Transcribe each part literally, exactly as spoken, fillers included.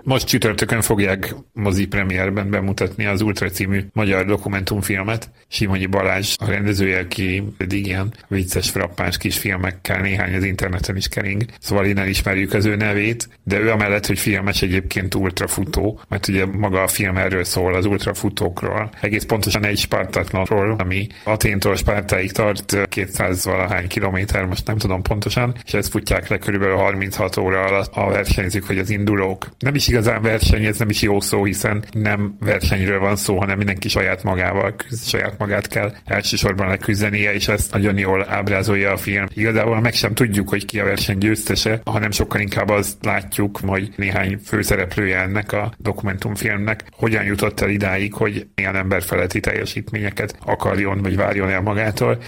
Most csütörtökön fogják mozi premierben bemutatni az Ultra című magyar dokumentumfilmet. Simonyi Balázs a rendezője, aki pedig ilyen vicces, frappáns kis filmekkel néhány az interneten is kering. Szóval innen ismerjük az ő nevét, de ő amellett, hogy filmes, egyébként ultrafutó, mert ugye maga a film erről szól, az ultrafutókról. Egész pontosan egy Spartathlonról, ami Athéntól Spártáig tart kétszáz valahány kilométer, most nem tudom pontosan, és ezt futják le körülbelül harminchat óra alatt a versenyzők vagy az indulók. Nem is igazán verseny, ez nem is jó szó, hiszen nem versenyről van szó, hanem mindenki saját magával küzd, saját magát kell elsősorban leküzdenie, és ezt nagyon jól ábrázolja a film. Igazából meg sem tudjuk, hogy ki a verseny győztese, hanem sokkal inkább azt látjuk, hogy néhány főszereplője ennek a dokumentumfilmnek hogyan jutott el idáig, hogy ilyen emberfeletti teljesítményeket akarjon vagy várjon el magától.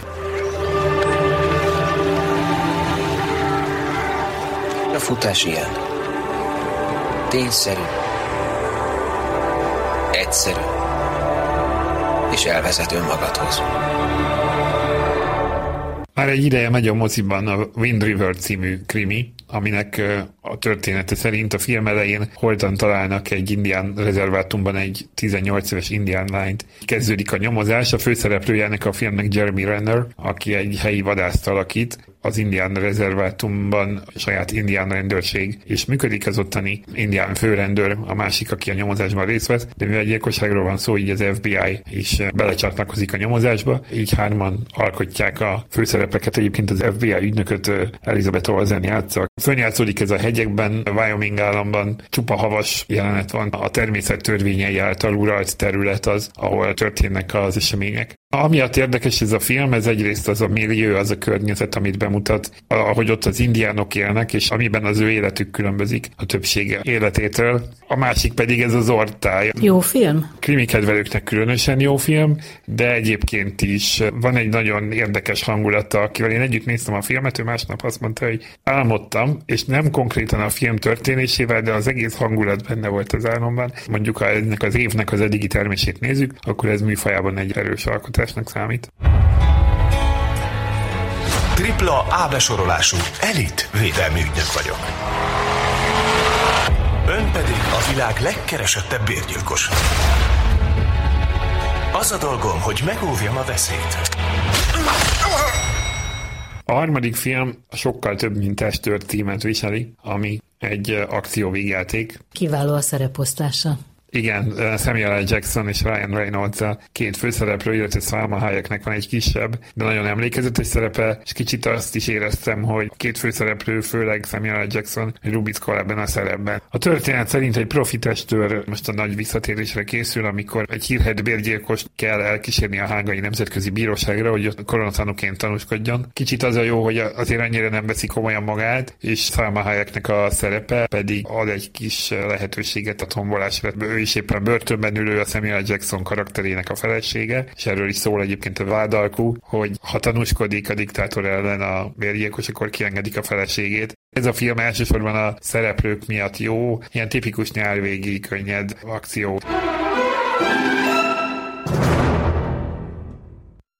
A futás ilyen. Tényszerű. Egyszerű. És elvezet önmagadhoz. Már egy ideje megy a moziban a Wind River című krimi, aminek a története szerint a film elején holtan találnak egy indián rezervátumban egy tizennyolc éves indián lányt. Kezdődik a nyomozás, a főszereplője ennek a filmnek Jeremy Renner, aki egy helyi vadászt alakít, az indián rezervátumban saját indián rendőrség, és működik az ottani indián főrendőr, a másik, aki a nyomozásban részt vesz, de mivel gyilkosságról van szó, így az ef bé i is belecsatlakozik a nyomozásba, így hárman alkotják a főszerepeket. Egyébként az ef bé i ügynököt Elizabeth Olsen játsza. Fölnyátszódik ez a hegyekben, a Wyoming államban, csupa havas jelenet van, a természet törvényei által uralt terület az, ahol történnek az események. Amiatt érdekes ez a film, ez egyrészt az a millió, az a környezet, amit bemutat, ahogy ott az indiánok élnek, és amiben az ő életük különbözik a többsége életétől. A másik pedig ez az ortály. Jó film? Krimikedvelőknek különösen jó film, de egyébként is van egy nagyon érdekes hangulata, akivel én együtt néztem a filmet, ő másnap azt mondta, hogy álmodtam, és nem konkrétan a film történésével, de az egész hangulat benne volt az álmomban. Mondjuk, ha ennek az évnek az eddigi termését nézzük, akkor ez műfajában egy erős alkotásnak számít. Tripla A besorolású elit védelmi ügynök vagyok. Ön pedig a világ legkeresettebb bérgyilkos. Az a dolgom, hogy megóvjam a veszélyt. A harmadik film sokkal több mint testőr címet viseli, ami egy akcióvígjáték. Kiváló a szereposztása. Igen, Samuel L. Jackson és Ryan Reynolds a két főszereplő, illetve Salma Hayeknek van egy kisebb, de nagyon emlékezetes szerepe, és kicsit azt is éreztem, hogy a két főszereplő, főleg Samuel L. Jackson, rubickol ebben a szerepben. A történet szerint egy profi testőr most a nagy visszatérésre készül, amikor egy hírhedt bérgyilkost kell elkísérni a Hágai Nemzetközi Bíróságra, hogy ott koronatanúként tanúskodjon. Kicsit az a jó, hogy azért annyira nem veszi komolyan magát, és Salma Hayeknek a szerepe pedig ad egy kis lehetőséget a tombolásra. Ő is éppen börtönben ülő, a Samuel Jackson karakterének a felesége, és erről is szól egyébként a vádalkú, hogy ha tanúskodik a diktátor ellen a bérgyilkos, akkor kiengedik a feleségét. Ez a film elsősorban a szereplők miatt jó, ilyen tipikus nyárvégi, könnyed akció.